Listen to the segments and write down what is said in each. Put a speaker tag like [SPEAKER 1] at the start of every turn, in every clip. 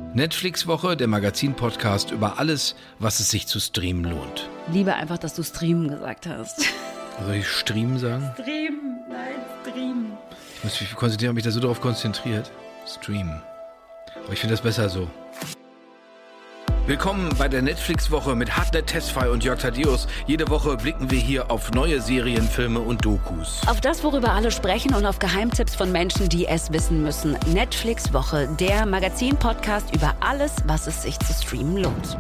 [SPEAKER 1] Netflix-Woche, der Magazin-Podcast über alles, was es sich zu streamen lohnt.
[SPEAKER 2] Liebe einfach, dass du streamen gesagt hast.
[SPEAKER 1] Soll ich streamen sagen?
[SPEAKER 2] Streamen, nein, streamen.
[SPEAKER 1] Ich muss mich konzentrieren, ob mich da so darauf konzentriert. Streamen. Aber ich finde das besser so. Willkommen bei der Netflix-Woche mit Hartnett Tesfaye und Jörg Thaddeus. Jede Woche blicken wir hier auf neue Serien, Filme und Dokus.
[SPEAKER 2] Auf das, worüber alle sprechen und auf Geheimtipps von Menschen, die es wissen müssen. Netflix-Woche, der Magazin-Podcast über alles, was es sich zu streamen lohnt.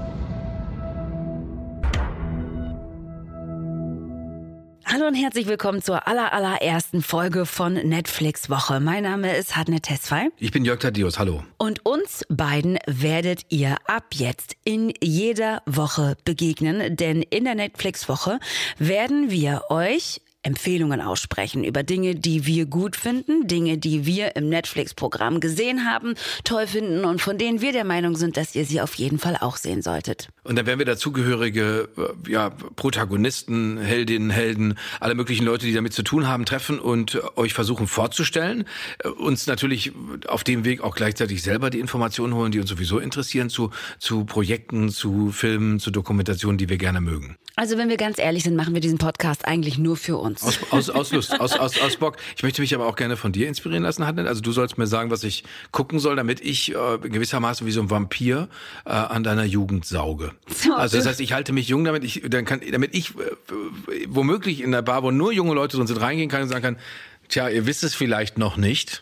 [SPEAKER 2] Hallo und herzlich willkommen zur allerersten Folge von Netflix Woche. Mein Name ist Hartnett Tesfaye.
[SPEAKER 1] Ich bin Jörg Thaddeus, hallo.
[SPEAKER 2] Und uns beiden werdet ihr ab jetzt in jeder Woche begegnen, denn in der Netflix Woche werden wir euch Empfehlungen aussprechen über Dinge, die wir gut finden, Dinge, die wir im Netflix-Programm gesehen haben, toll finden und von denen wir der Meinung sind, dass ihr sie auf jeden Fall auch sehen solltet.
[SPEAKER 1] Und dann werden wir dazugehörige Protagonisten, Heldinnen, Helden, alle möglichen Leute, die damit zu tun haben, treffen und euch versuchen vorzustellen. Uns natürlich auf dem Weg auch gleichzeitig selber die Informationen holen, die uns sowieso interessieren, zu Projekten, zu Filmen, zu Dokumentationen, die wir gerne mögen.
[SPEAKER 2] Also wenn wir ganz ehrlich sind, machen wir diesen Podcast eigentlich nur für uns.
[SPEAKER 1] Aus Lust, aus Bock. Ich möchte mich aber auch gerne von dir inspirieren lassen, Hartnett. Also du sollst mir sagen, was ich gucken soll, damit ich gewissermaßen wie so ein Vampir an deiner Jugend sauge. Also das heißt, ich halte mich jung, damit ich womöglich in der Bar, wo nur junge Leute drin sind, reingehen kann und sagen kann, tja, ihr wisst es vielleicht noch nicht.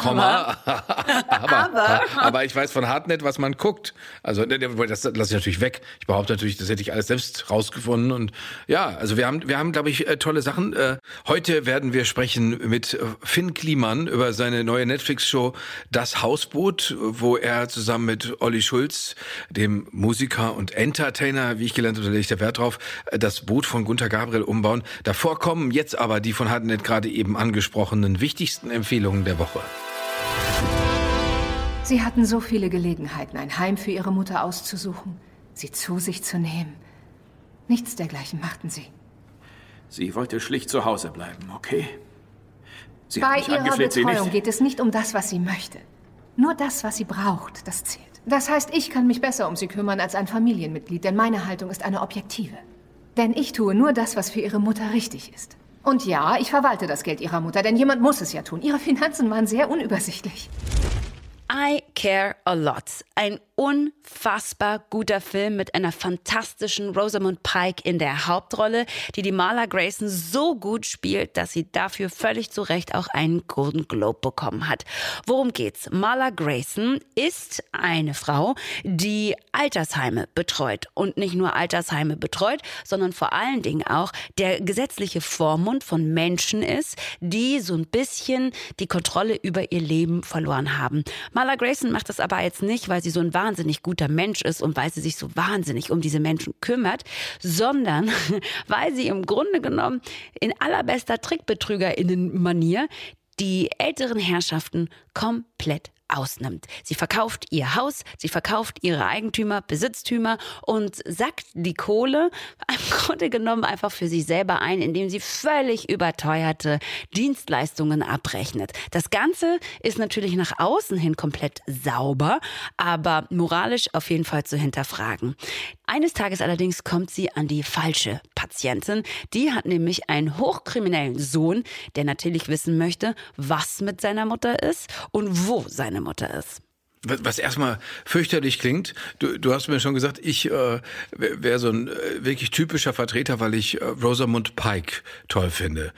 [SPEAKER 1] Aber ich weiß von Hartnett, was man guckt. Also das lasse ich natürlich weg. Ich behaupte natürlich, das hätte ich alles selbst rausgefunden. Und ja, also wir haben, glaube ich, tolle Sachen. Heute werden wir sprechen mit Finn Kliman über seine neue Netflix-Show Das Hausboot, wo er zusammen mit Olli Schulz, dem Musiker und Entertainer, wie ich gelernt habe, da lege ich der Wert drauf, das Boot von Gunter Gabriel umbauen. Davor kommen jetzt aber die von Hartnett gerade eben angesprochenen wichtigsten Empfehlungen der Woche.
[SPEAKER 3] Sie hatten so viele Gelegenheiten, ein Heim für ihre Mutter auszusuchen, sie zu sich zu nehmen. Nichts dergleichen machten sie.
[SPEAKER 4] Sie wollte schlicht zu Hause bleiben, okay? Sie
[SPEAKER 3] Bei
[SPEAKER 4] hat mich
[SPEAKER 3] ihrer
[SPEAKER 4] angefleht, sie
[SPEAKER 3] Betreuung
[SPEAKER 4] nicht...
[SPEAKER 3] geht es nicht um das, was sie möchte. Nur das, was sie braucht, das zählt. Das heißt, ich kann mich besser um sie kümmern als ein Familienmitglied, denn meine Haltung ist eine objektive. Denn ich tue nur das, was für ihre Mutter richtig ist. Und ja, ich verwalte das Geld ihrer Mutter, denn jemand muss es ja tun. Ihre Finanzen waren sehr unübersichtlich.
[SPEAKER 2] I Care a Lot. Ein unfassbar guter Film mit einer fantastischen Rosamund Pike in der Hauptrolle, die Marla Grayson so gut spielt, dass sie dafür völlig zu Recht auch einen Golden Globe bekommen hat. Worum geht's? Marla Grayson ist eine Frau, die Altersheime betreut. Und nicht nur Altersheime betreut, sondern vor allen Dingen auch der gesetzliche Vormund von Menschen ist, die so ein bisschen die Kontrolle über ihr Leben verloren haben. Marla Grayson macht das aber jetzt nicht, weil sie so ein wahnsinnig guter Mensch ist und weil sie sich so wahnsinnig um diese Menschen kümmert, sondern weil sie im Grunde genommen in allerbester TrickbetrügerInnen-Manier die älteren Herrschaften komplett ausnimmt. Sie verkauft ihr Haus, sie verkauft ihre Eigentümer, Besitztümer und sackt die Kohle im Grunde genommen einfach für sich selber ein, indem sie völlig überteuerte Dienstleistungen abrechnet. Das Ganze ist natürlich nach außen hin komplett sauber, aber moralisch auf jeden Fall zu hinterfragen. Eines Tages allerdings kommt sie an die falsche Patientin. Die hat nämlich einen hochkriminellen Sohn, der natürlich wissen möchte, was mit seiner Mutter ist und wo seine Mutter ist.
[SPEAKER 1] Was erstmal fürchterlich klingt, du hast mir schon gesagt, ich wäre so ein wirklich typischer Vertreter, weil ich Rosamund Pike toll finde.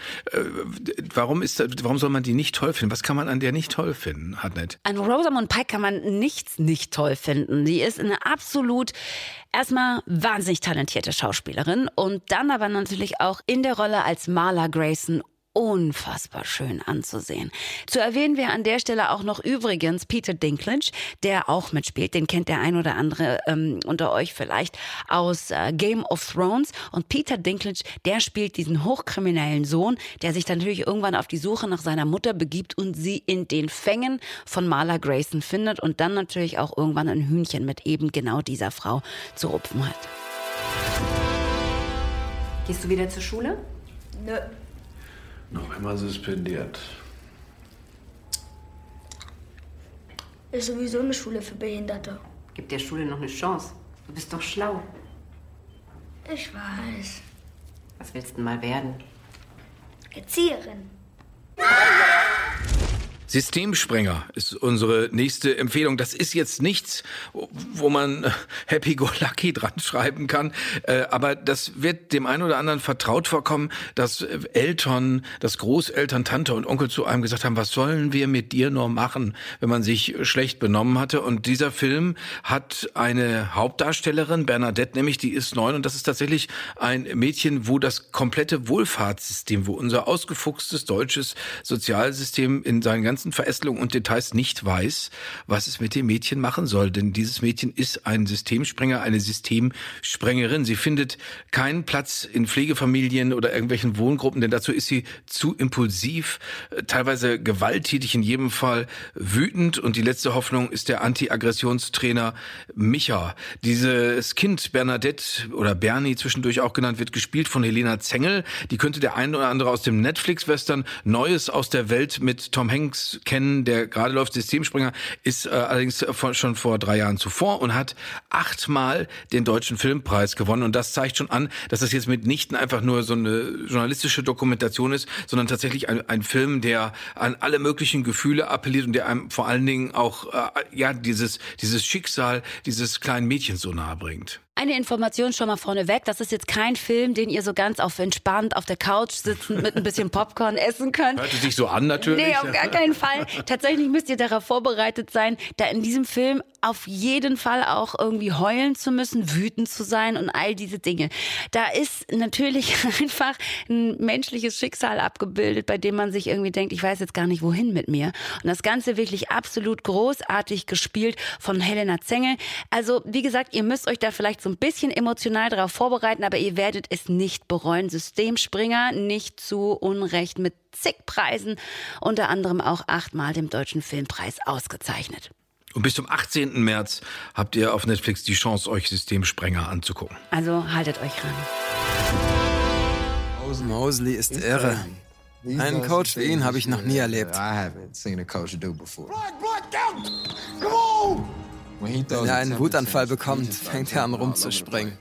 [SPEAKER 1] Warum soll man die nicht toll finden? Was kann man an der nicht toll finden, Hartnett?
[SPEAKER 2] An Rosamund Pike kann man nichts nicht toll finden. Sie ist eine absolut erstmal wahnsinnig talentierte Schauspielerin und dann aber natürlich auch in der Rolle als Marla Grayson unfassbar schön anzusehen. Zu erwähnen wäre an der Stelle auch noch übrigens Peter Dinklage, der auch mitspielt. Den kennt der ein oder andere unter euch vielleicht aus Game of Thrones. Und Peter Dinklage, der spielt diesen hochkriminellen Sohn, der sich dann natürlich irgendwann auf die Suche nach seiner Mutter begibt und sie in den Fängen von Marla Grayson findet und dann natürlich auch irgendwann ein Hühnchen mit eben genau dieser Frau zu rupfen hat.
[SPEAKER 5] Gehst du wieder zur Schule?
[SPEAKER 6] Nö.
[SPEAKER 4] Noch einmal suspendiert.
[SPEAKER 6] Ist sowieso eine Schule für Behinderte.
[SPEAKER 5] Gib der Schule noch eine Chance. Du bist doch schlau.
[SPEAKER 6] Ich weiß.
[SPEAKER 5] Was willst du denn mal werden?
[SPEAKER 6] Erzieherin.
[SPEAKER 1] Systemsprenger ist unsere nächste Empfehlung. Das ist jetzt nichts, wo man Happy-Go-Lucky dran schreiben kann. Aber das wird dem einen oder anderen vertraut vorkommen, dass Eltern, dass Großeltern, Tante und Onkel zu einem gesagt haben, was sollen wir mit dir nur machen, wenn man sich schlecht benommen hatte. Und dieser Film hat eine Hauptdarstellerin, Bernadette nämlich, die ist 9. Und das ist tatsächlich ein Mädchen, wo das komplette Wohlfahrtssystem, wo unser ausgefuchstes deutsches Sozialsystem in seinen ganzen Verästelungen und Details nicht weiß, was es mit dem Mädchen machen soll. Denn dieses Mädchen ist ein Systemsprenger, eine Systemsprengerin. Sie findet keinen Platz in Pflegefamilien oder irgendwelchen Wohngruppen, denn dazu ist sie zu impulsiv, teilweise gewalttätig, in jedem Fall wütend. Und die letzte Hoffnung ist der Anti-Aggressionstrainer Micha. Dieses Kind, Bernadette oder Bernie zwischendurch auch genannt, wird gespielt von Helena Zengel. Die könnte der ein oder andere aus dem Netflix-Western Neues aus der Welt mit Tom Hanks kennen, der gerade läuft. Systemsprenger ist allerdings schon vor 3 Jahren zuvor und hat 8-mal den Deutschen Filmpreis gewonnen. Und das zeigt schon an, dass das jetzt mitnichten einfach nur so eine journalistische Dokumentation ist, sondern tatsächlich ein Film, der an alle möglichen Gefühle appelliert und der einem vor allen Dingen auch dieses Schicksal dieses kleinen Mädchens so nahe bringt.
[SPEAKER 2] Eine Information schon mal vorneweg, das ist jetzt kein Film, den ihr so ganz entspannt auf der Couch sitzend mit ein bisschen Popcorn essen könnt.
[SPEAKER 1] Hört es sich so an natürlich.
[SPEAKER 2] Nee, auf gar keinen Fall. Tatsächlich müsst ihr darauf vorbereitet sein, da in diesem Film auf jeden Fall auch irgendwie heulen zu müssen, wütend zu sein und all diese Dinge. Da ist natürlich einfach ein menschliches Schicksal abgebildet, bei dem man sich irgendwie denkt, ich weiß jetzt gar nicht, wohin mit mir. Und das Ganze wirklich absolut großartig gespielt von Helena Zengel. Also, wie gesagt, ihr müsst euch da vielleicht so ein bisschen emotional darauf vorbereiten, aber ihr werdet es nicht bereuen. Systemsprenger, nicht zu Unrecht, mit zig Preisen, unter anderem auch 8-mal dem Deutschen Filmpreis ausgezeichnet.
[SPEAKER 1] Und bis zum 18. März habt ihr auf Netflix die Chance, euch Systemsprenger anzugucken.
[SPEAKER 2] Also haltet euch ran.
[SPEAKER 7] Mosley ist irre. Einen Coach wie ihn habe ich noch nie erlebt. Wenn er einen Wutanfall bekommt, fängt er an rumzuspringen.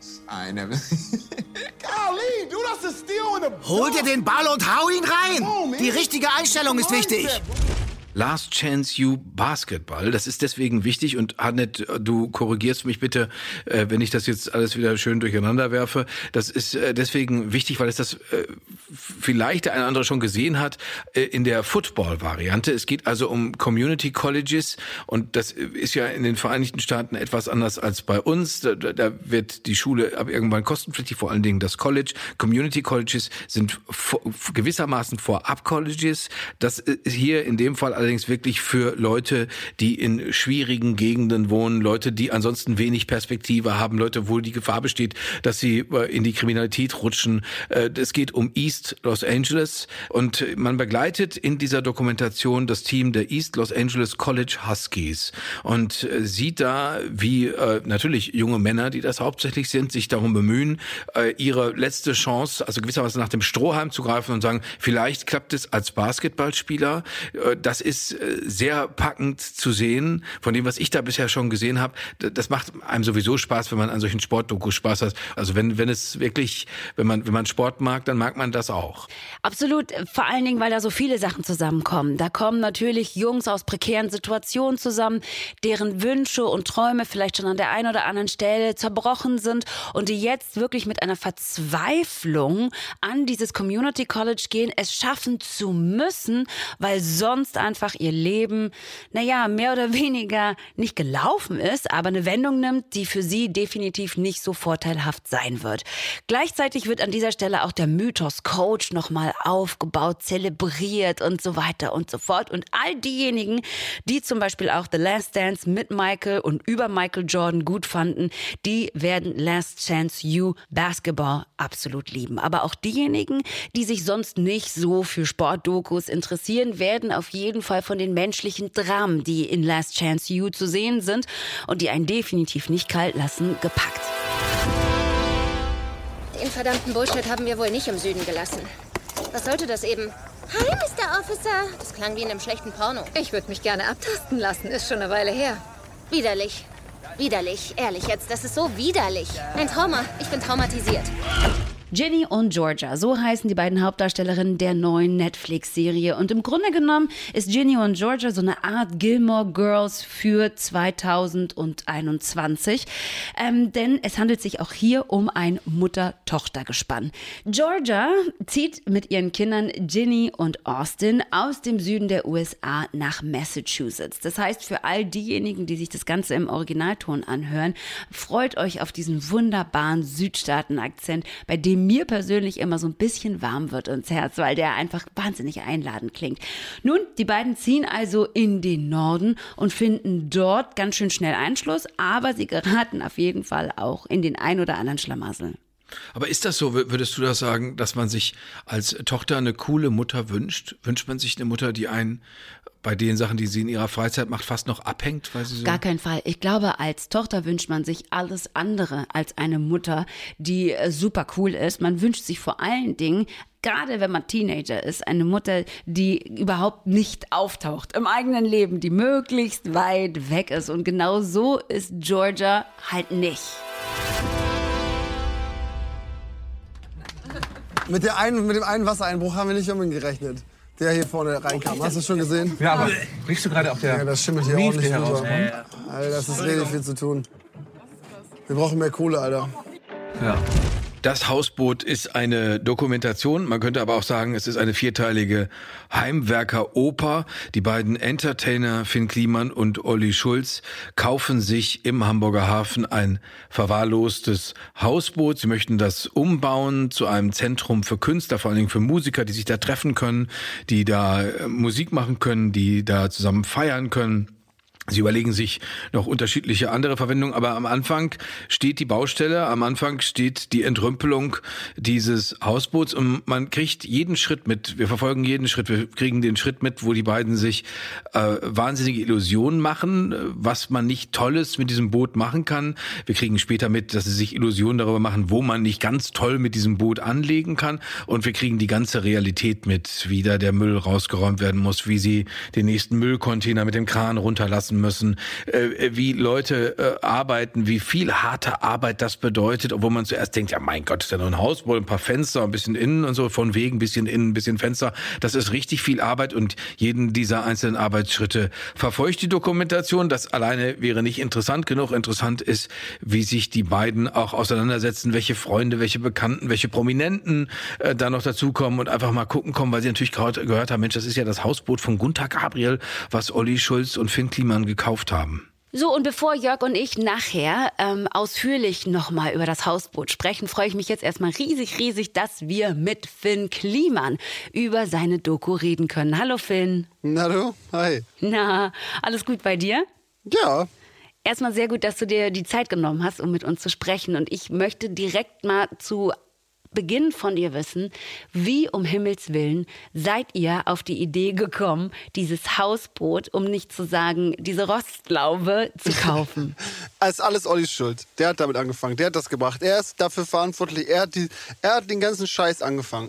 [SPEAKER 8] Hol dir den Ball und hau ihn rein! Die richtige Einstellung ist wichtig.
[SPEAKER 1] Last Chance You Basketball, das ist deswegen wichtig und Annette, du korrigierst mich bitte, wenn ich das jetzt alles wieder schön durcheinander werfe. Das ist deswegen wichtig, weil es das vielleicht der eine oder andere schon gesehen hat in der Football-Variante. Es geht also um Community Colleges und das ist ja in den Vereinigten Staaten etwas anders als bei uns. Da wird die Schule ab irgendwann kostenpflichtig, vor allen Dingen das College. Community Colleges sind gewissermaßen Vorab-Colleges. Das ist hier in dem Fall allerdings wirklich für Leute, die in schwierigen Gegenden wohnen, Leute, die ansonsten wenig Perspektive haben, Leute, wo die Gefahr besteht, dass sie in die Kriminalität rutschen. Es geht um East Los Angeles und man begleitet in dieser Dokumentation das Team der East Los Angeles College Huskies und sieht da, wie natürlich junge Männer, die das hauptsächlich sind, sich darum bemühen, ihre letzte Chance, also gewissermaßen nach dem Strohhalm zu greifen und sagen, vielleicht klappt es als Basketballspieler. Das ist sehr packend zu sehen, von dem, was ich da bisher schon gesehen habe. Das macht einem sowieso Spaß, wenn man an solchen Sportdokus Spaß hat. Also wenn man Sport mag, dann mag man das auch.
[SPEAKER 2] Absolut, vor allen Dingen, weil da so viele Sachen zusammenkommen. Da kommen natürlich Jungs aus prekären Situationen zusammen, deren Wünsche und Träume vielleicht schon an der einen oder anderen Stelle zerbrochen sind und die jetzt wirklich mit einer Verzweiflung an dieses Community College gehen, es schaffen zu müssen, weil sonst einfach ihr Leben, mehr oder weniger nicht gelaufen ist, aber eine Wendung nimmt, die für sie definitiv nicht so vorteilhaft sein wird. Gleichzeitig wird an dieser Stelle auch der Mythos Coach nochmal aufgebaut, zelebriert und so weiter und so fort. Und all diejenigen, die zum Beispiel auch The Last Dance mit Michael und über Michael Jordan gut fanden, die werden Last Chance You Basketball absolut lieben. Aber auch diejenigen, die sich sonst nicht so für Sportdokus interessieren, werden auf jeden Fall von den menschlichen Dramen, die in Last Chance You zu sehen sind und die einen definitiv nicht kalt lassen, gepackt.
[SPEAKER 9] Den verdammten Bullshit haben wir wohl nicht im Süden gelassen. Was sollte das eben? Hi, Mr. Officer. Das klang wie in einem schlechten Porno.
[SPEAKER 10] Ich würde mich gerne abtasten lassen. Ist schon eine Weile her.
[SPEAKER 9] Widerlich. Widerlich. Ehrlich jetzt, das ist so widerlich. Ein Trauma. Ich bin traumatisiert.
[SPEAKER 2] Ginny und Georgia, so heißen die beiden Hauptdarstellerinnen der neuen Netflix-Serie. Und im Grunde genommen ist Ginny und Georgia so eine Art Gilmore Girls für 2021. Denn es handelt sich auch hier um ein Mutter-Tochter-Gespann. Georgia zieht mit ihren Kindern Ginny und Austin aus dem Süden der USA nach Massachusetts. Das heißt, für all diejenigen, die sich das Ganze im Originalton anhören, freut euch auf diesen wunderbaren Südstaaten-Akzent, bei dem mir persönlich immer so ein bisschen warm wird ins Herz, weil der einfach wahnsinnig einladend klingt. Nun, die beiden ziehen also in den Norden und finden dort ganz schön schnell Anschluss, aber sie geraten auf jeden Fall auch in den ein oder anderen Schlamassel.
[SPEAKER 1] Aber ist das so, würdest du das sagen, dass man sich als Tochter eine coole Mutter wünscht? Wünscht man sich eine Mutter, die einen bei den Sachen, die sie in ihrer Freizeit macht, fast noch abhängt? Weil sie so
[SPEAKER 2] Gar keinen Fall. Ich glaube, als Tochter wünscht man sich alles andere als eine Mutter, die super cool ist. Man wünscht sich vor allen Dingen, gerade wenn man Teenager ist, eine Mutter, die überhaupt nicht auftaucht im eigenen Leben, die möglichst weit weg ist. Und genau so ist Georgia halt nicht.
[SPEAKER 11] Mit dem einen Wassereinbruch haben wir nicht unbedingt gerechnet, der hier vorne reinkam. Hast du schon gesehen?
[SPEAKER 12] Ja, aber riechst du gerade auf der...
[SPEAKER 11] Ja, das schimmelt hier ordentlich rüber. Alter, das ist richtig viel zu tun. Wir brauchen mehr Kohle, Alter.
[SPEAKER 1] Ja. Das Hausboot ist eine Dokumentation, man könnte aber auch sagen, es ist eine vierteilige Heimwerker-Oper. Die beiden Entertainer Finn Kliman und Olli Schulz kaufen sich im Hamburger Hafen ein verwahrlostes Hausboot. Sie möchten das umbauen zu einem Zentrum für Künstler, vor allen Dingen für Musiker, die sich da treffen können, die da Musik machen können, die da zusammen feiern können. Sie überlegen sich noch unterschiedliche andere Verwendungen, aber am Anfang steht die Baustelle, am Anfang steht die Entrümpelung dieses Hausboots und man kriegt jeden Schritt mit. Wir verfolgen jeden Schritt, wir kriegen den Schritt mit, wo die beiden sich wahnsinnige Illusionen machen, was man nicht Tolles mit diesem Boot machen kann. Wir kriegen später mit, dass sie sich Illusionen darüber machen, wo man nicht ganz toll mit diesem Boot anlegen kann, und wir kriegen die ganze Realität mit, wie da der Müll rausgeräumt werden muss, wie sie den nächsten Müllcontainer mit dem Kran runterlassen müssen, wie Leute arbeiten, wie viel harte Arbeit das bedeutet, obwohl man zuerst denkt, ja mein Gott, ist ja nur ein Hausboot, ein paar Fenster, ein bisschen innen und so, von wegen, ein bisschen innen, ein bisschen Fenster. Das ist richtig viel Arbeit und jeden dieser einzelnen Arbeitsschritte verfolgt die Dokumentation. Das alleine wäre nicht interessant genug. Interessant ist, wie sich die beiden auch auseinandersetzen, welche Freunde, welche Bekannten, welche Prominenten da noch dazukommen und einfach mal gucken kommen, weil sie natürlich gerade gehört haben, Mensch, das ist ja das Hausboot von Gunther Gabriel, was Olli Schulz und Finn Kliman gekauft haben.
[SPEAKER 2] So, und bevor Jörg und ich nachher ausführlich nochmal über das Hausboot sprechen, freue ich mich jetzt erstmal riesig, dass wir mit Finn Kliman über seine Doku reden können. Hallo Finn.
[SPEAKER 11] Na du, hi.
[SPEAKER 2] Na, alles gut bei dir?
[SPEAKER 11] Ja.
[SPEAKER 2] Erstmal sehr gut, dass du dir die Zeit genommen hast, um mit uns zu sprechen. Und ich möchte direkt mal zu Beginn von dir wissen, wie um Himmels Willen seid ihr auf die Idee gekommen, dieses Hausboot, um nicht zu sagen, diese Rostlaube zu kaufen?
[SPEAKER 11] Es ist alles Ollis Schuld. Der hat damit angefangen, der hat das gemacht. Er ist dafür verantwortlich, er hat den ganzen Scheiß angefangen.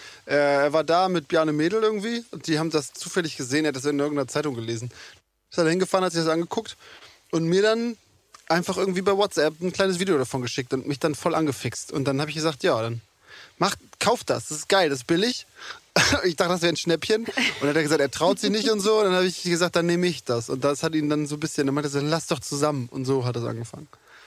[SPEAKER 11] Er war da mit Bjarne Mädel irgendwie und die haben das zufällig gesehen, er hat das in irgendeiner Zeitung gelesen. Ist dann hingefahren, hat sich das angeguckt und mir dann einfach irgendwie bei WhatsApp ein kleines Video davon geschickt und mich dann voll angefixt. Und dann habe ich gesagt, ja, dann kauft das ist geil, das ist billig. Ich dachte, das wäre ein Schnäppchen. Und dann hat er gesagt, er traut sich nicht und so. Und dann habe ich gesagt, dann nehme ich das. Und das hat ihn dann so ein bisschen, dann meinte er, lass doch zusammen. Und so hat es angefangen.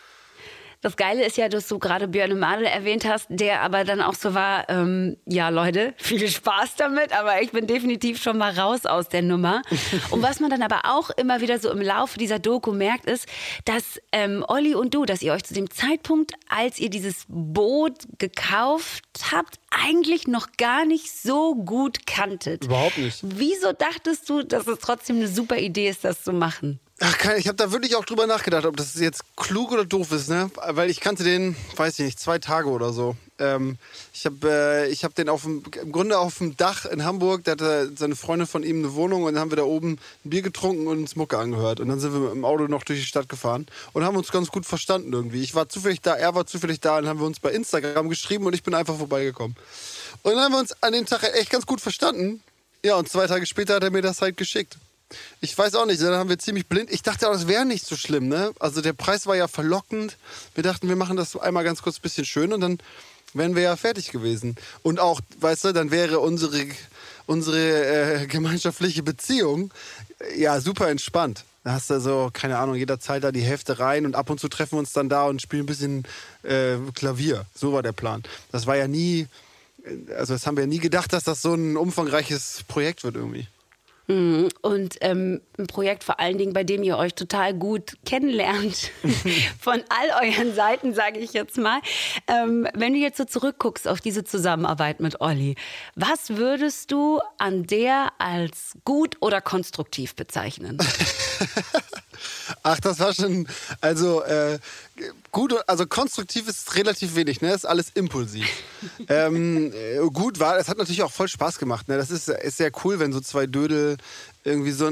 [SPEAKER 2] Das Geile ist ja, dass du gerade Bjarne Mädel erwähnt hast, der aber dann auch so war, ja Leute, viel Spaß damit, aber ich bin definitiv schon mal raus aus der Nummer. Und was man dann aber auch immer wieder so im Laufe dieser Doku merkt, ist, dass Olli und du, dass ihr euch zu dem Zeitpunkt, als ihr dieses Boot gekauft habt, eigentlich noch gar nicht so gut kanntet.
[SPEAKER 11] Überhaupt nicht.
[SPEAKER 2] Wieso dachtest du, dass es trotzdem eine super Idee ist, das zu machen?
[SPEAKER 11] Ach, ich habe da wirklich auch drüber nachgedacht, ob das jetzt klug oder doof ist, ne? Weil ich kannte den, weiß ich nicht, 2 Tage oder so. Ich hab den im Grunde auf dem Dach in Hamburg, da hatte seine Freundin von ihm eine Wohnung und dann haben wir da oben ein Bier getrunken und uns Mucke angehört. Und dann sind wir mit dem Auto noch durch die Stadt gefahren und haben uns ganz gut verstanden irgendwie. Ich war zufällig da, er war zufällig da und dann haben wir uns bei Instagram geschrieben und ich bin einfach vorbeigekommen. Und dann haben wir uns an dem Tag echt ganz gut verstanden. Ja, und 2 Tage später hat er mir das halt geschickt. Ich weiß auch nicht, dann haben wir ziemlich blind. Ich dachte auch, das wäre nicht so schlimm, ne? Also der Preis war ja verlockend. Wir dachten, wir machen das einmal ganz kurz ein bisschen schön und dann wären wir ja fertig gewesen. Und auch, weißt du, dann wäre unsere gemeinschaftliche Beziehung ja super entspannt. Da hast du so, keine Ahnung, jeder zahlt da die Hälfte rein und ab und zu treffen wir uns dann da und spielen ein bisschen Klavier. So war der Plan. Das war ja nie, also das haben wir nie gedacht, dass das so ein umfangreiches Projekt wird irgendwie.
[SPEAKER 2] Und ein Projekt vor allen Dingen, bei dem ihr euch total gut kennenlernt. Von all euren Seiten, sage ich jetzt mal. Wenn du jetzt so zurückguckst auf diese Zusammenarbeit mit Olli, was würdest du an der als gut oder konstruktiv bezeichnen?
[SPEAKER 11] Ach, das war schon, also gut, also konstruktiv ist relativ wenig, ne? Das ist alles impulsiv. Gut war, es hat natürlich auch voll Spaß gemacht, ne? Das ist sehr cool, wenn so 2 Dödel irgendwie so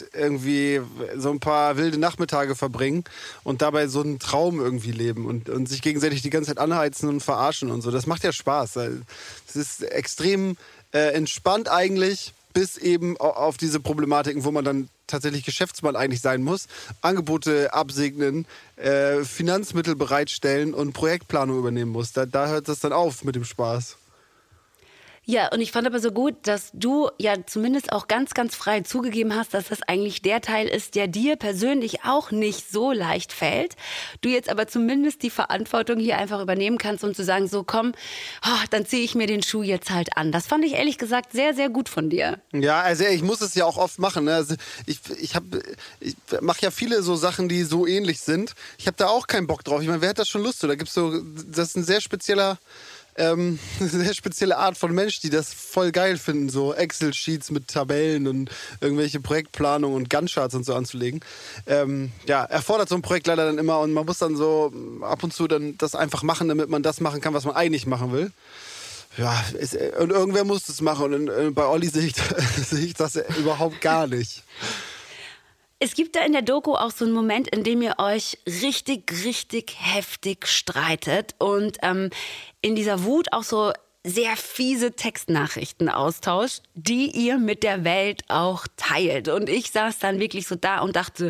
[SPEAKER 11] ein paar wilde Nachmittage verbringen und dabei so einen Traum irgendwie leben und sich gegenseitig die ganze Zeit anheizen und verarschen und so. Das macht ja Spaß. Es ist extrem entspannt eigentlich, bis eben auf diese Problematiken, wo man dann tatsächlich Geschäftsmann eigentlich sein muss, Angebote absegnen, Finanzmittel bereitstellen und Projektplanung übernehmen muss. Da hört das dann auf mit dem Spaß.
[SPEAKER 2] Ja, und ich fand aber so gut, dass du ja zumindest auch ganz, ganz frei zugegeben hast, dass das eigentlich der Teil ist, der dir persönlich auch nicht so leicht fällt. Du jetzt aber zumindest die Verantwortung hier einfach übernehmen kannst, um zu sagen, so komm, dann ziehe ich mir den Schuh jetzt halt an. Das fand ich ehrlich gesagt sehr, sehr gut von dir.
[SPEAKER 11] Ja, also ich muss es ja auch oft machen. Ne? Also ich mache ja viele so Sachen, die so ähnlich sind. Ich habe da auch keinen Bock drauf. Ich meine, wer hat das schon Lust zu? Das ist ein sehr spezieller eine sehr spezielle Art von Mensch, die das voll geil finden, so Excel-Sheets mit Tabellen und irgendwelche Projektplanungen und Gantt-Charts und so anzulegen. Erfordert so ein Projekt leider dann immer und man muss dann so ab und zu dann das einfach machen, damit man das machen kann, was man eigentlich machen will. Ja, und irgendwer muss das machen und bei Olli sehe ich das überhaupt gar nicht.
[SPEAKER 2] Es gibt da in der Doku auch so einen Moment, in dem ihr euch richtig, richtig heftig streitet und in dieser Wut auch so sehr fiese Textnachrichten austauscht, die ihr mit der Welt auch teilt. Und ich saß dann wirklich so da und dachte,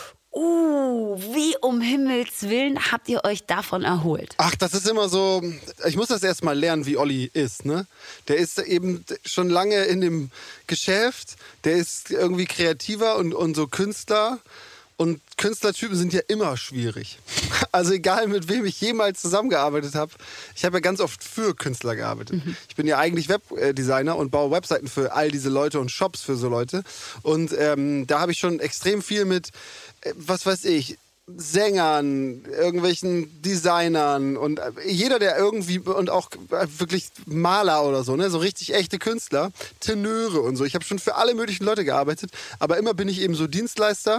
[SPEAKER 2] wie um Himmels Willen habt ihr euch davon erholt?
[SPEAKER 11] Ach, das ist immer so, ich muss das erst mal lernen, wie Olli ist, ne? Der ist eben schon lange in dem Geschäft, der ist irgendwie kreativer und so Künstler. Und Künstlertypen sind ja immer schwierig. Also egal, mit wem ich jemals zusammengearbeitet habe. Ich habe ja ganz oft für Künstler gearbeitet. Ich bin ja eigentlich Webdesigner und baue Webseiten für all diese Leute und Shops für so Leute. Und da habe ich schon extrem viel mit, was weiß ich, Sängern, irgendwelchen Designern und jeder, der irgendwie, und auch wirklich Maler oder so, ne, so richtig echte Künstler, Tenöre und so. Ich habe schon für alle möglichen Leute gearbeitet, aber immer bin ich eben so Dienstleister.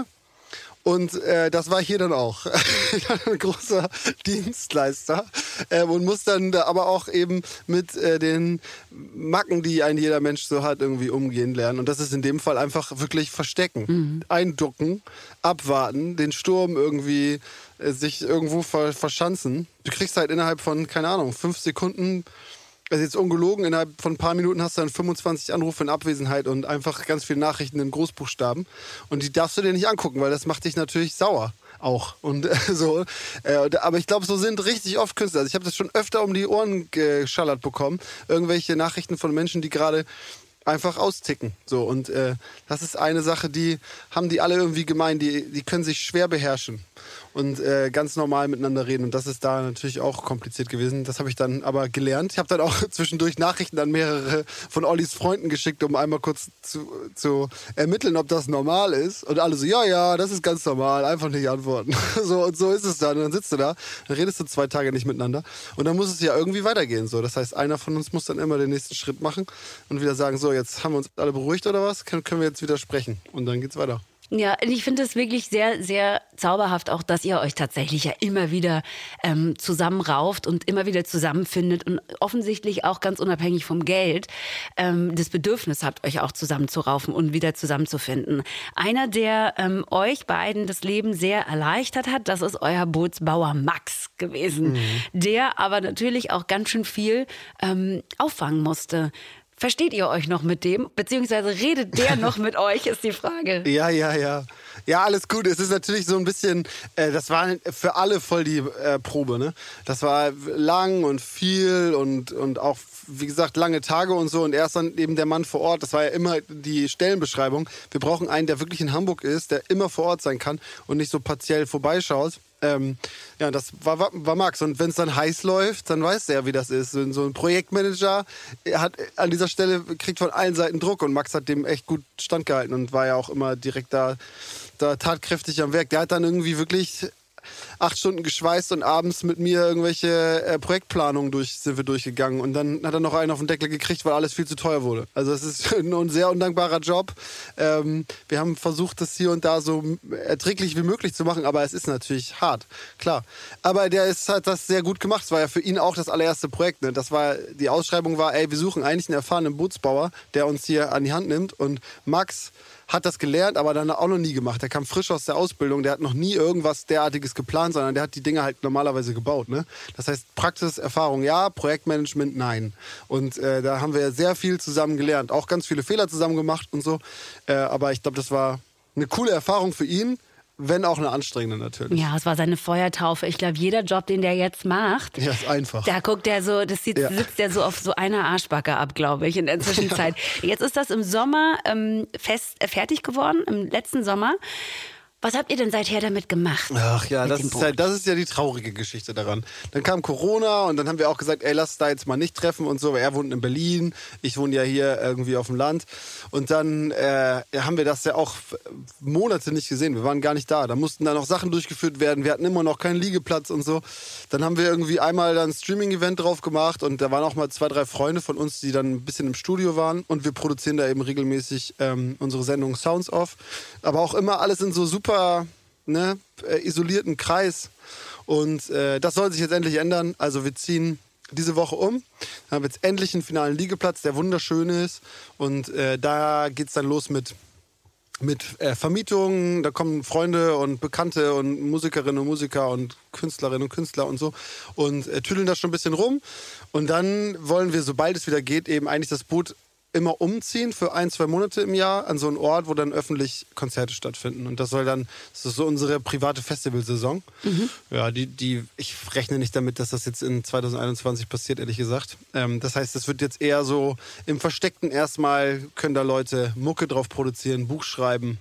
[SPEAKER 11] Und das war hier dann auch. Ich war ein großer Dienstleister und muss dann aber auch eben mit den Macken, die ein jeder Mensch so hat, irgendwie umgehen lernen. Und das ist in dem Fall einfach wirklich verstecken, einducken, abwarten, den Sturm irgendwie sich irgendwo verschanzen. Du kriegst halt innerhalb von, keine Ahnung, 5 Sekunden, also jetzt ungelogen, innerhalb von ein paar Minuten hast du dann 25 Anrufe in Abwesenheit und einfach ganz viele Nachrichten in Großbuchstaben. Und die darfst du dir nicht angucken, weil das macht dich natürlich sauer auch. Und so. Aber ich glaube, so sind richtig oft Künstler. Also ich habe das schon öfter um die Ohren geschallert bekommen. Irgendwelche Nachrichten von Menschen, die gerade einfach austicken. So. Und das ist eine Sache, die haben die alle irgendwie gemein. Die können sich schwer beherrschen und ganz normal miteinander reden. Und das ist da natürlich auch kompliziert gewesen. Das habe ich dann aber gelernt. Ich habe dann auch zwischendurch Nachrichten an mehrere von Ollis Freunden geschickt, um einmal kurz zu ermitteln, ob das normal ist. Und alle so, ja, das ist ganz normal, einfach nicht antworten. So, und so ist es dann. Und dann sitzt du da, dann redest du 2 Tage nicht miteinander. Und dann muss es ja irgendwie weitergehen. So. Das heißt, einer von uns muss dann immer den nächsten Schritt machen und wieder sagen, so, jetzt haben wir uns alle beruhigt oder was? Können wir jetzt wieder sprechen? Und dann geht's weiter.
[SPEAKER 2] Ja, ich finde es wirklich sehr, sehr zauberhaft, auch dass ihr euch tatsächlich ja immer wieder zusammenrauft und immer wieder zusammenfindet und offensichtlich auch ganz unabhängig vom Geld das Bedürfnis habt, euch auch zusammenzuraufen und wieder zusammenzufinden. Einer, der euch beiden das Leben sehr erleichtert hat, das ist euer Bootsbauer Max gewesen, der aber natürlich auch ganz schön viel auffangen musste. Versteht ihr euch noch mit dem? Beziehungsweise redet der noch mit euch, ist die Frage.
[SPEAKER 11] Ja. Ja, alles gut. Es ist natürlich so ein bisschen, das war für alle voll die Probe, ne? Das war lang und viel und auch, wie gesagt, lange Tage und so. Und er ist dann eben der Mann vor Ort. Das war ja immer die Stellenbeschreibung. Wir brauchen einen, der wirklich in Hamburg ist, der immer vor Ort sein kann und nicht so partiell vorbeischaut. Ja, das war Max. Und wenn es dann heiß läuft, dann weiß der, wie das ist. So ein Projektmanager hat an dieser Stelle, kriegt von allen Seiten Druck. Und Max hat dem echt gut standgehalten und war ja auch immer direkt da tatkräftig am Werk. Der hat dann irgendwie wirklich 8 Stunden geschweißt und abends mit mir irgendwelche Projektplanungen sind wir durchgegangen. Und dann hat er noch einen auf den Deckel gekriegt, weil alles viel zu teuer wurde. Also es ist ein sehr undankbarer Job. Wir haben versucht, das hier und da so erträglich wie möglich zu machen, aber es ist natürlich hart, klar. Aber hat das sehr gut gemacht. Es war ja für ihn auch das allererste Projekt. Ne? Die Ausschreibung war, wir suchen eigentlich einen erfahrenen Bootsbauer, der uns hier an die Hand nimmt. Und Max hat das gelernt, aber dann auch noch nie gemacht. Der kam frisch aus der Ausbildung, der hat noch nie irgendwas derartiges geplant, sondern der hat die Dinge halt normalerweise gebaut. Ne? Das heißt, Praxiserfahrung ja, Projektmanagement nein. Und da haben wir sehr viel zusammen gelernt, auch ganz viele Fehler zusammen gemacht und so. Aber ich glaube, das war eine coole Erfahrung für ihn. Wenn auch eine anstrengende natürlich.
[SPEAKER 2] Ja, es war seine Feuertaufe. Ich glaube, jeder Job, den der jetzt macht,
[SPEAKER 11] ja, ist einfach.
[SPEAKER 2] Da guckt er so, sitzt der so auf so einer Arschbacke ab, glaube ich, in der Zwischenzeit. Ja. Jetzt ist das im Sommer fertig geworden, im letzten Sommer. Was habt ihr denn seither damit gemacht?
[SPEAKER 11] Ach ja, das ist ja die traurige Geschichte daran. Dann kam Corona und dann haben wir auch gesagt, lass da jetzt mal nicht treffen und so. Weil er wohnt in Berlin, ich wohne ja hier irgendwie auf dem Land. Und dann haben wir das ja auch Monate nicht gesehen. Wir waren gar nicht da. Da mussten da noch Sachen durchgeführt werden. Wir hatten immer noch keinen Liegeplatz und so. Dann haben wir irgendwie einmal dann ein Streaming-Event drauf gemacht und da waren auch mal 2, 3 Freunde von uns, die dann ein bisschen im Studio waren. Und wir produzieren da eben regelmäßig unsere Sendung Sounds Off. Aber auch immer alles in so super isolierten Kreis. Und das soll sich jetzt endlich ändern. Also wir ziehen diese Woche um. Dann haben wir jetzt endlich einen finalen Liegeplatz, der wunderschön ist. Und da geht es dann los mit Vermietungen. Da kommen Freunde und Bekannte und Musikerinnen und Musiker und Künstlerinnen und Künstler und so und tüdeln da schon ein bisschen rum. Und dann wollen wir, sobald es wieder geht, eben eigentlich das Boot immer umziehen für 1, 2 Monate im Jahr an so einen Ort, wo dann öffentlich Konzerte stattfinden. Und das ist so unsere private Festivalsaison. Mhm. Ja, ich rechne nicht damit, dass das jetzt in 2021 passiert, ehrlich gesagt. Das heißt, das wird jetzt eher so im Versteckten erstmal, können da Leute Mucke drauf produzieren, Buch schreiben,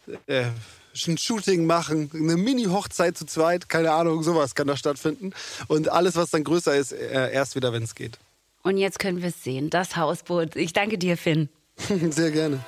[SPEAKER 11] ein Shooting machen, eine Mini-Hochzeit zu zweit, keine Ahnung, sowas kann da stattfinden. Und alles, was dann größer ist, erst wieder, wenn es geht.
[SPEAKER 2] Und jetzt können wir es sehen, das Hausboot. Ich danke dir, Finn.
[SPEAKER 11] Sehr gerne.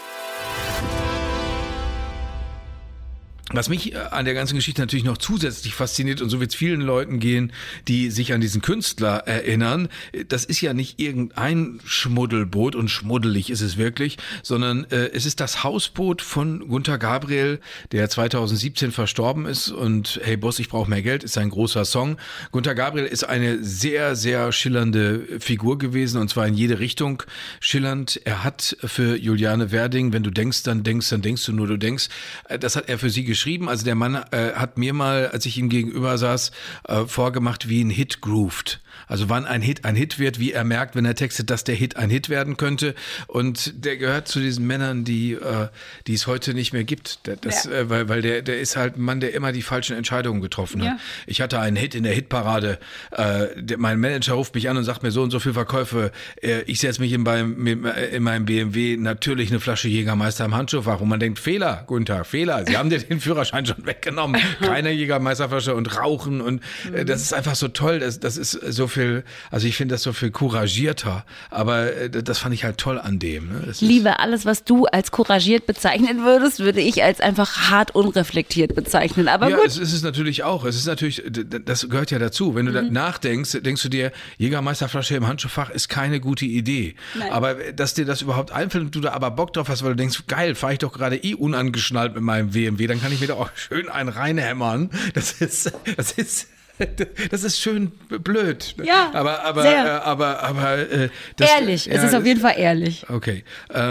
[SPEAKER 1] Was mich an der ganzen Geschichte natürlich noch zusätzlich fasziniert, und so wird es vielen Leuten gehen, die sich an diesen Künstler erinnern, das ist ja nicht irgendein Schmuddelboot, und schmuddelig ist es wirklich, sondern es ist das Hausboot von Gunter Gabriel, der 2017 verstorben ist, und Hey Boss, ich brauche mehr Geld ist ein großer Song. Gunter Gabriel ist eine sehr, sehr schillernde Figur gewesen, und zwar in jede Richtung schillernd. Er hat für Juliane Werding, wenn du denkst, dann denkst du nur, du denkst, das hat er für sie geschrieben. Also der Mann hat mir mal, als ich ihm gegenüber saß, vorgemacht, wie ein Hit grooved. Also wann ein Hit wird, wie er merkt, wenn er textet, dass der Hit ein Hit werden könnte. Und der gehört zu diesen Männern, die es heute nicht mehr gibt. Weil der ist halt ein Mann, der immer die falschen Entscheidungen getroffen hat. Ja. Ich hatte einen Hit in der Hitparade. Mein Manager ruft mich an und sagt mir so und so viel Verkäufe. Ich setze mich in meinem BMW natürlich eine Flasche Jägermeister im Handschuhfach. Und man denkt, Fehler, Gunther, Fehler. Sie haben dir den Führerschein schon weggenommen. Keine Jägermeisterflasche und Rauchen. Und das ist einfach so toll. Das ist so viel, also ich finde das so viel couragierter. Aber das fand ich halt toll an dem. Ne?
[SPEAKER 2] Liebe, alles, was du als couragiert bezeichnen würdest, würde ich als einfach hart unreflektiert bezeichnen. Aber
[SPEAKER 1] ja,
[SPEAKER 2] gut.
[SPEAKER 1] Es ist natürlich auch. Es ist natürlich, das gehört ja dazu. Wenn du da nachdenkst, denkst du dir, Jägermeisterflasche im Handschuhfach ist keine gute Idee. Nein. Aber dass dir das überhaupt einfällt und du da aber Bock drauf hast, weil du denkst, geil, fahre ich doch gerade unangeschnallt mit meinem BMW, dann kann ich mir da auch schön einen reinhämmern. Das ist Das ist schön blöd.
[SPEAKER 2] Ja,
[SPEAKER 1] aber
[SPEAKER 2] das, ehrlich, es ist auf jeden Fall ehrlich.
[SPEAKER 1] Okay.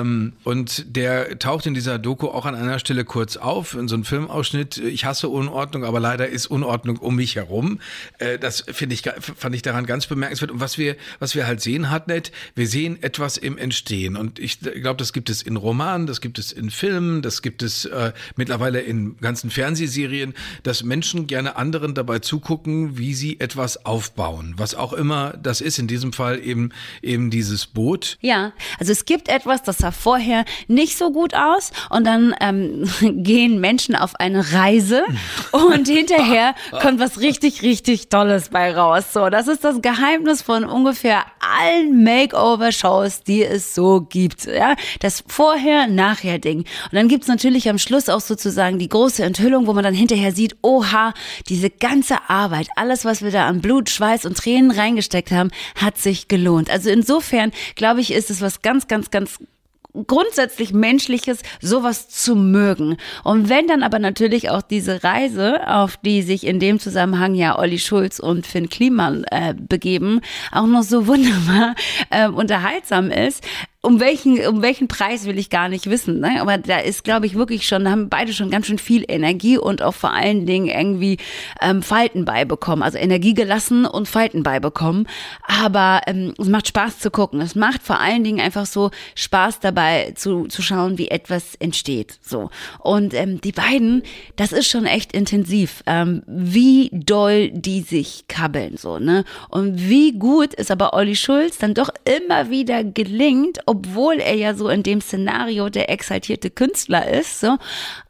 [SPEAKER 1] Und der taucht in dieser Doku auch an einer Stelle kurz auf, in so einem Filmausschnitt. Ich hasse Unordnung, aber leider ist Unordnung um mich herum. Das fand ich daran ganz bemerkenswert. Und was wir halt sehen, Hartnett, wir sehen etwas im Entstehen. Und ich glaube, das gibt es in Romanen, das gibt es in Filmen, das gibt es mittlerweile in ganzen Fernsehserien, dass Menschen gerne anderen dabei zugucken, wie sie etwas aufbauen. Was auch immer das ist, in diesem Fall eben dieses Boot.
[SPEAKER 2] Ja, also es gibt etwas, das sah vorher nicht so gut aus und dann gehen Menschen auf eine Reise und hinterher kommt was richtig, richtig Tolles bei raus. So, das ist das Geheimnis von ungefähr allen Makeover-Shows, die es so gibt. Ja, das Vorher-Nachher-Ding. Und dann gibt's natürlich am Schluss auch sozusagen die große Enthüllung, wo man dann hinterher sieht, oha, diese ganze Arbeit, alles, was wir da an Blut, Schweiß und Tränen reingesteckt haben, hat sich gelohnt. Also insofern, glaube ich, ist es was ganz, ganz, ganz grundsätzlich Menschliches, sowas zu mögen. Und wenn dann aber natürlich auch diese Reise, auf die sich in dem Zusammenhang ja Olli Schulz und Finn Kliman begeben, auch noch so wunderbar unterhaltsam ist, um welchen Preis will ich gar nicht wissen, ne? Aber da ist, glaube ich, wirklich schon, da haben beide schon ganz schön viel Energie und auch vor allen Dingen irgendwie Falten beibekommen, also Energie gelassen und Falten beibekommen. Aber es macht Spaß zu gucken. Es macht vor allen Dingen einfach so Spaß dabei zu schauen, wie etwas entsteht. So. Und die beiden, das ist schon echt intensiv, wie doll die sich kabbeln, so, ne? Und wie gut es aber Olli Schulz dann doch immer wieder gelingt, obwohl er ja so in dem Szenario der exaltierte Künstler ist, so,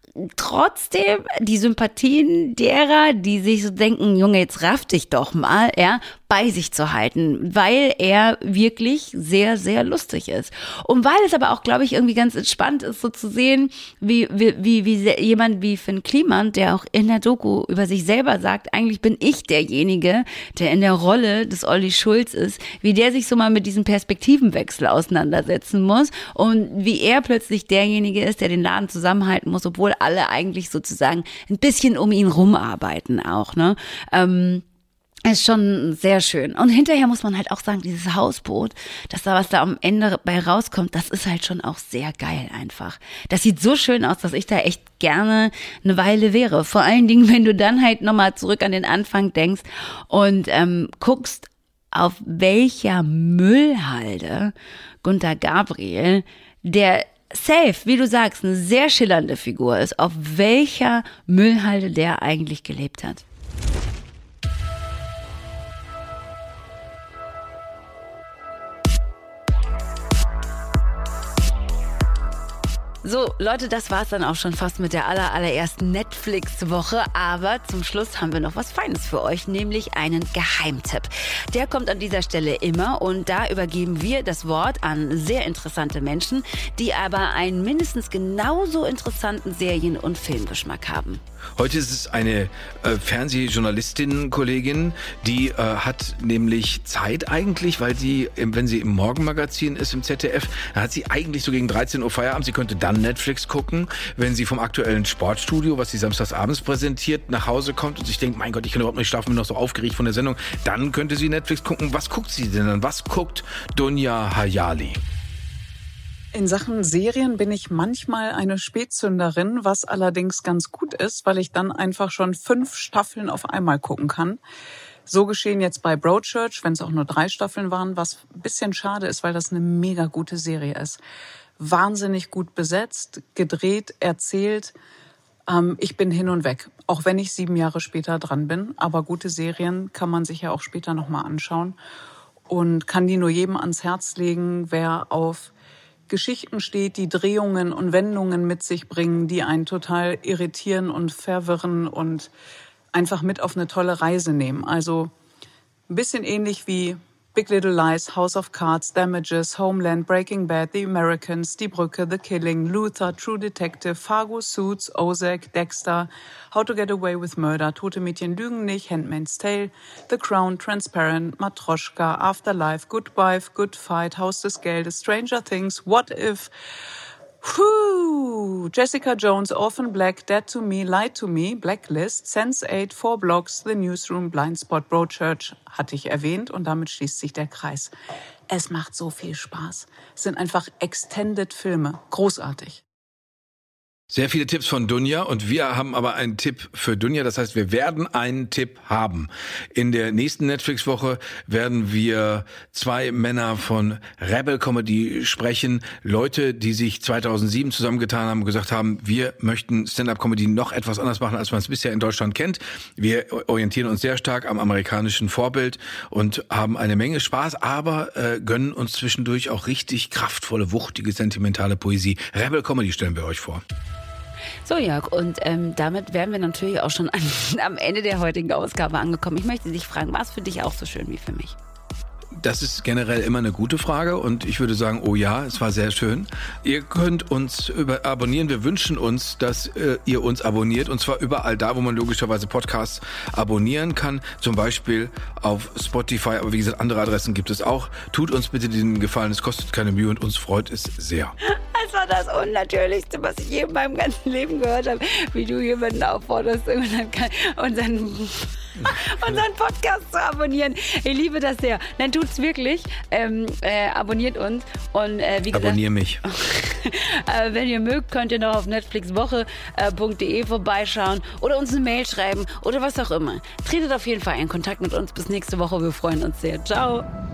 [SPEAKER 2] trotzdem die Sympathien derer, die sich so denken, Junge, jetzt raff dich doch mal, ja, bei sich zu halten, weil er wirklich sehr, sehr lustig ist. Und weil es aber auch, glaube ich, irgendwie ganz entspannt ist, so zu sehen, wie jemand wie Finn Kliman, der auch in der Doku über sich selber sagt, eigentlich bin ich derjenige, der in der Rolle des Olli Schulz ist, wie der sich so mal mit diesem Perspektivenwechsel auseinandersetzen muss und wie er plötzlich derjenige ist, der den Laden zusammenhalten muss, obwohl alle eigentlich sozusagen ein bisschen um ihn rumarbeiten auch, ne? Ist schon sehr schön. Und hinterher muss man halt auch sagen, dieses Hausboot, was da am Ende bei rauskommt, das ist halt schon auch sehr geil einfach. Das sieht so schön aus, dass ich da echt gerne eine Weile wäre. Vor allen Dingen, wenn du dann halt nochmal zurück an den Anfang denkst und guckst, auf welcher Müllhalde Günter Gabriel, der safe, wie du sagst, eine sehr schillernde Figur ist, auf welcher Müllhalde der eigentlich gelebt hat. So, Leute, das war's dann auch schon fast mit der allerersten Netflix-Woche. Aber zum Schluss haben wir noch was Feines für euch, nämlich einen Geheimtipp. Der kommt an dieser Stelle immer und da übergeben wir das Wort an sehr interessante Menschen, die aber einen mindestens genauso interessanten Serien- und Filmgeschmack haben.
[SPEAKER 1] Heute ist es eine Fernsehjournalistin-Kollegin, die hat nämlich Zeit eigentlich, weil sie, wenn sie im Morgenmagazin ist im ZDF, da hat sie eigentlich so gegen 13 Uhr Feierabend. Sie könnte dann Netflix gucken, wenn sie vom aktuellen Sportstudio, was sie samstagsabends präsentiert, nach Hause kommt und sich denkt, mein Gott, ich kann überhaupt nicht schlafen, bin noch so aufgeregt von der Sendung. Dann könnte sie Netflix gucken. Was guckt sie denn dann? Was guckt Dunja Hayali?
[SPEAKER 12] In Sachen Serien bin ich manchmal eine Spätzünderin, was allerdings ganz gut ist, weil ich dann einfach schon 5 Staffeln auf einmal gucken kann. So geschehen jetzt bei Broadchurch, wenn es auch nur 3 Staffeln waren, was ein bisschen schade ist, weil das eine mega gute Serie ist. Wahnsinnig gut besetzt, gedreht, erzählt. Ich bin hin und weg, auch wenn ich 7 Jahre später dran bin. Aber gute Serien kann man sich ja auch später nochmal anschauen und kann die nur jedem ans Herz legen, wer auf Geschichten steht, die Drehungen und Wendungen mit sich bringen, die einen total irritieren und verwirren und einfach mit auf eine tolle Reise nehmen. Also ein bisschen ähnlich wie Big Little Lies, House of Cards, Damages, Homeland, Breaking Bad, The Americans, Die Brücke, The Killing, Luther, True Detective, Fargo, Suits, Ozark, Dexter, How to Get Away with Murder, Tote Mädchen lügen nicht, Handmaid's Tale, The Crown, Transparent, Matroschka, Afterlife, Good Wife, Good Fight, Haus des Geldes, Stranger Things, What If. Jessica Jones, Orphan Black, Dead to Me, Lied to Me, Blacklist, Sense8, 4 Blocks, The Newsroom, Blindspot, Broadchurch hatte ich erwähnt und damit schließt sich der Kreis. Es macht so viel Spaß. Es sind einfach Extended-Filme. Großartig.
[SPEAKER 1] Sehr viele Tipps von Dunja und wir haben aber einen Tipp für Dunja. Das heißt, wir werden einen Tipp haben. In der nächsten Netflix-Woche werden wir 2 Männer von Rebel Comedy sprechen. Leute, die sich 2007 zusammengetan haben und gesagt haben, wir möchten Stand-Up-Comedy noch etwas anders machen, als man es bisher in Deutschland kennt. Wir orientieren uns sehr stark am amerikanischen Vorbild und haben eine Menge Spaß, aber gönnen uns zwischendurch auch richtig kraftvolle, wuchtige, sentimentale Poesie. Rebel Comedy stellen wir euch vor.
[SPEAKER 2] So, Jörg, und damit wären wir natürlich auch schon am Ende der heutigen Ausgabe angekommen. Ich möchte dich fragen, war es für dich auch so schön wie für mich?
[SPEAKER 1] Das ist generell immer eine gute Frage und ich würde sagen, oh ja, es war sehr schön. Ihr könnt uns abonnieren. Wir wünschen uns, dass ihr uns abonniert und zwar überall da, wo man logischerweise Podcasts abonnieren kann. Zum Beispiel auf Spotify, aber wie gesagt, andere Adressen gibt es auch. Tut uns bitte den Gefallen, es kostet keine Mühe und uns freut es sehr.
[SPEAKER 2] Das war das Unnatürlichste, was ich je in meinem ganzen Leben gehört habe, wie du jemanden aufforderst, unseren Podcast zu abonnieren. Ich liebe das sehr. Nein, tut's wirklich. Abonniert uns. Und wie gesagt,
[SPEAKER 1] abonnier mich.
[SPEAKER 2] Wenn ihr mögt, könnt ihr noch auf netflixwoche.de vorbeischauen oder uns eine Mail schreiben oder was auch immer. Tretet auf jeden Fall in Kontakt mit uns. Bis nächste Woche. Wir freuen uns sehr. Ciao.